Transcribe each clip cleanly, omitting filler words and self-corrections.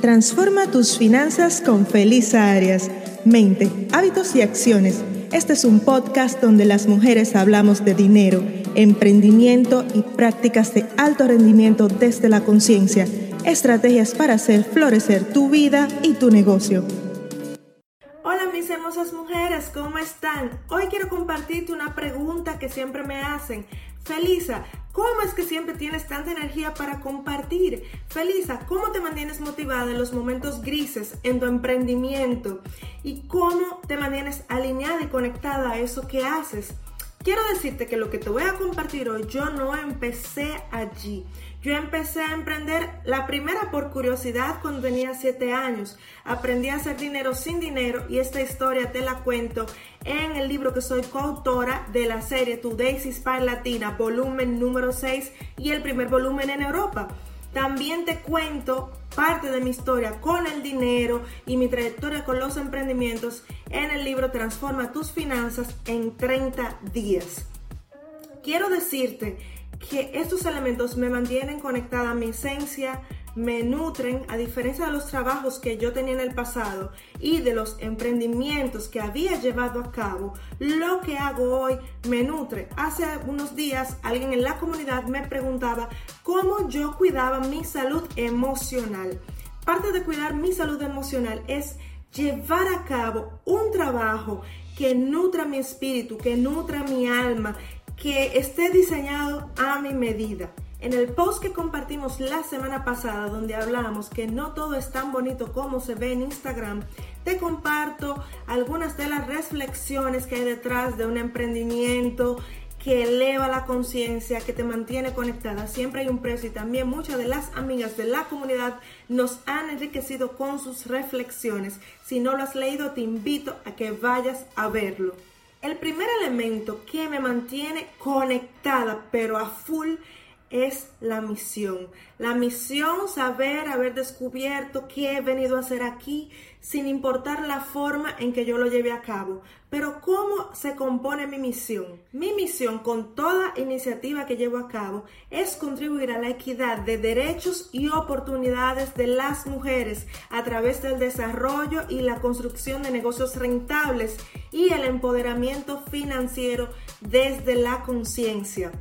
Transforma tus finanzas con Felisa Arias. Mente, hábitos y acciones. Este es un podcast donde las mujeres hablamos de dinero, emprendimiento y prácticas de alto rendimiento desde la conciencia. Estrategias para hacer florecer tu vida y tu negocio. Hola mis hermosas mujeres, ¿cómo están? Hoy quiero compartirte una pregunta que siempre me hacen. Felisa, ¿cómo es que siempre tienes tanta energía para compartir? Felisa, ¿cómo te mantienes motivada en los momentos grises en tu emprendimiento? ¿Y cómo te mantienes alineada y conectada a eso que haces? Quiero decirte que lo que te voy a compartir hoy, yo no empecé allí. Yo empecé a emprender la primera por curiosidad cuando tenía 7 años. Aprendí a hacer dinero sin dinero y esta historia te la cuento en el libro que soy coautora de la serie Today's Inspire Latina, volumen número 6 y el primer volumen en Europa. También te cuento parte de mi historia con el dinero y mi trayectoria con los emprendimientos en el libro Transforma tus finanzas en 30 días. Quiero decirte que estos elementos me mantienen conectada a mi esencia, me nutren, a diferencia de los trabajos que yo tenía en el pasado y de los emprendimientos que había llevado a cabo. Lo que hago hoy me nutre. Hace unos días alguien en la comunidad me preguntaba cómo yo cuidaba mi salud emocional. Parte de cuidar mi salud emocional es llevar a cabo un trabajo que nutra mi espíritu, que nutra mi alma, que esté diseñado a mi medida. En el post que compartimos la semana pasada, donde hablamos que no todo es tan bonito como se ve en Instagram, te comparto algunas de las reflexiones que hay detrás de un emprendimiento que eleva la conciencia, que te mantiene conectada. Siempre hay un precio y también muchas de las amigas de la comunidad nos han enriquecido con sus reflexiones. Si no lo has leído, te invito a que vayas a verlo. El primer elemento que me mantiene conectada, pero a full, es la misión. La misión, saber, haber descubierto qué he venido a hacer aquí, sin importar la forma en que yo lo lleve a cabo. Pero ¿cómo se compone mi misión? Mi misión, con toda iniciativa que llevo a cabo, es contribuir a la equidad de derechos y oportunidades de las mujeres a través del desarrollo y la construcción de negocios rentables y el empoderamiento financiero desde la conciencia.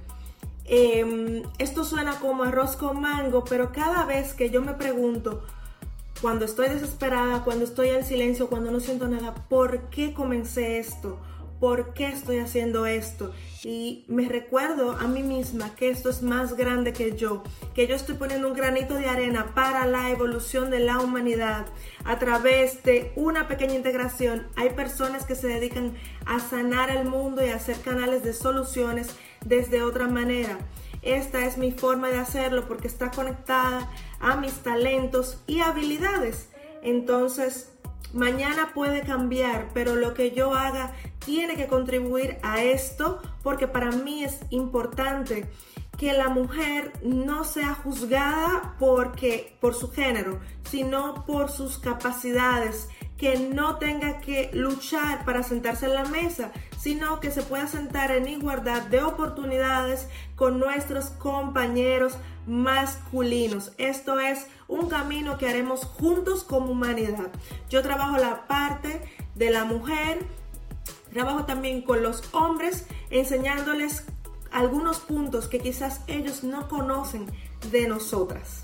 Esto suena como arroz con mango, pero cada vez que yo me pregunto, cuando estoy desesperada, cuando estoy en silencio, cuando no siento nada, ¿por qué comencé esto? ¿Por qué estoy haciendo esto? Y me recuerdo a mí misma que esto es más grande que yo estoy poniendo un granito de arena para la evolución de la humanidad. A través de una pequeña integración, hay personas que se dedican a sanar el mundo y a hacer canales de soluciones desde otra manera. Esta es mi forma de hacerlo porque está conectada a mis talentos y habilidades. Entonces, mañana puede cambiar, pero lo que yo haga tiene que contribuir a esto, porque para mí es importante que la mujer no sea juzgada por su género, sino por sus capacidades, que no tenga que luchar para sentarse en la mesa, sino que se pueda sentar en igualdad de oportunidades con nuestros compañeros masculinos. Esto es un camino que haremos juntos como humanidad. Yo trabajo la parte de la mujer, trabajo también con los hombres, enseñándoles algunos puntos que quizás ellos no conocen de nosotras.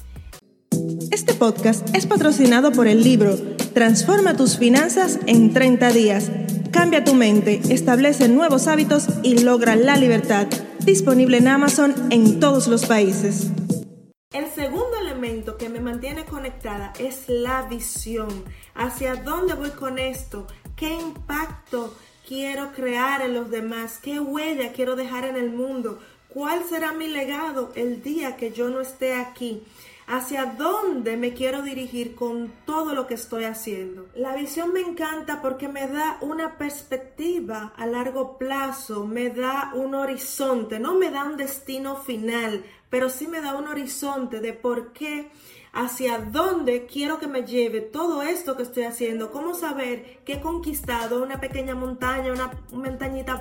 Este podcast es patrocinado por el libro Transforma tus finanzas en 30 días. Cambia tu mente, establece nuevos hábitos y logra la libertad. Disponible en Amazon en todos los países. El segundo elemento que me mantiene conectada es la visión. ¿Hacia dónde voy con esto? ¿Qué impacto quiero crear en los demás? ¿Qué huella quiero dejar en el mundo? ¿Cuál será mi legado el día que yo no esté aquí? ¿Hacia dónde me quiero dirigir con todo lo que estoy haciendo? La visión me encanta porque me da una perspectiva a largo plazo, me da un horizonte, no me da un destino final, pero sí me da un horizonte de por qué, hacia dónde quiero que me lleve todo esto que estoy haciendo, cómo saber que he conquistado una pequeña montaña, una montañita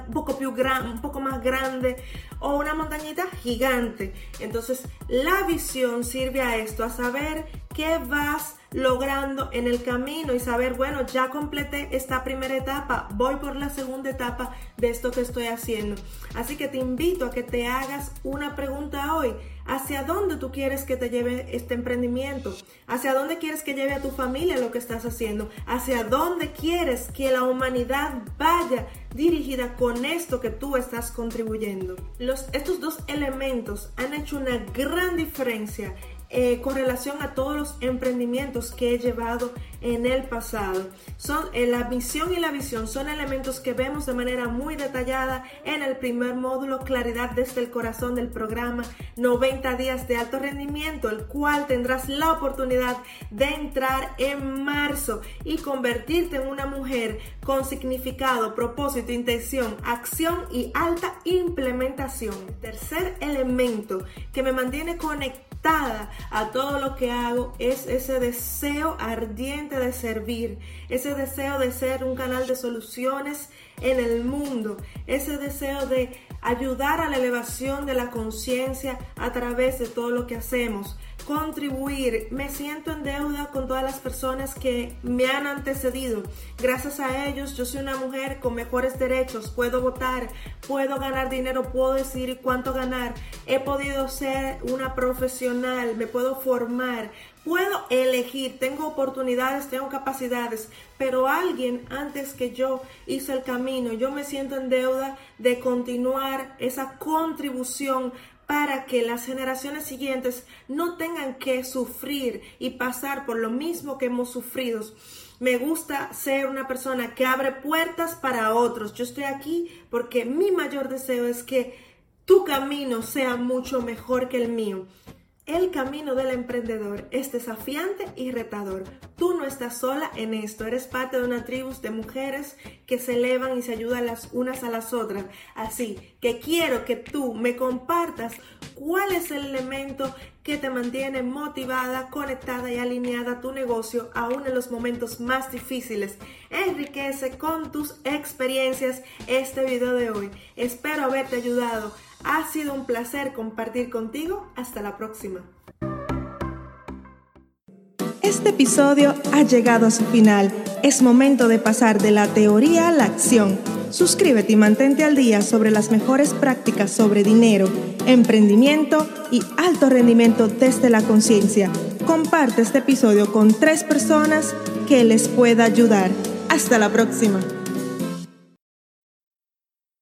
un poco más grande o una montañita gigante. Entonces la visión sirve a esto, a saber qué vas logrando en el camino y saber, bueno, ya completé esta primera etapa, voy por la segunda etapa de esto que estoy haciendo. Así que te invito a que te hagas una pregunta hoy. ¿Hacia dónde tú quieres que te lleve este emprendimiento? ¿Hacia dónde quieres que lleve a tu familia lo que estás haciendo? ¿Hacia dónde quieres que la humanidad vaya dirigida con esto que tú estás contribuyendo? Estos dos elementos han hecho una gran diferencia con relación a todos los emprendimientos que he llevado en el pasado. La misión y la visión son elementos que vemos de manera muy detallada en el primer módulo, Claridad desde el Corazón, del programa 90 días de alto rendimiento, el cual tendrás la oportunidad de entrar en marzo y convertirte en una mujer con significado, propósito, intención, acción y alta implementación. El tercer elemento que me mantiene conectada a todo lo que hago es ese deseo ardiente de servir, ese deseo de ser un canal de soluciones en el mundo, ese deseo de ayudar a la elevación de la conciencia a través de todo lo que hacemos, contribuir. Me siento en deuda con todas las personas que me han antecedido. Gracias a ellos yo soy una mujer con mejores derechos, puedo votar, puedo ganar dinero, puedo decidir cuánto ganar, he podido ser una profesional, me puedo formar, puedo elegir, tengo oportunidades, tengo capacidades, pero alguien antes que yo hizo el camino. Yo me siento en deuda de continuar esa contribución para que las generaciones siguientes no tengan que sufrir y pasar por lo mismo que hemos sufrido. Me gusta ser una persona que abre puertas para otros. Yo estoy aquí porque mi mayor deseo es que tu camino sea mucho mejor que el mío. El camino del emprendedor es desafiante y retador. Tú no estás sola en esto, eres parte de una tribu de mujeres que se elevan y se ayudan las unas a las otras. Así que quiero que tú me compartas cuál es el elemento que te mantiene motivada, conectada y alineada a tu negocio, aún en los momentos más difíciles. Enriquece con tus experiencias este video de hoy. Espero haberte ayudado. Ha sido un placer compartir contigo. Hasta la próxima. Este episodio ha llegado a su final. Es momento de pasar de la teoría a la acción. Suscríbete y mantente al día sobre las mejores prácticas sobre dinero, emprendimiento y alto rendimiento desde la conciencia. Comparte este episodio con 3 personas que les pueda ayudar. Hasta la próxima.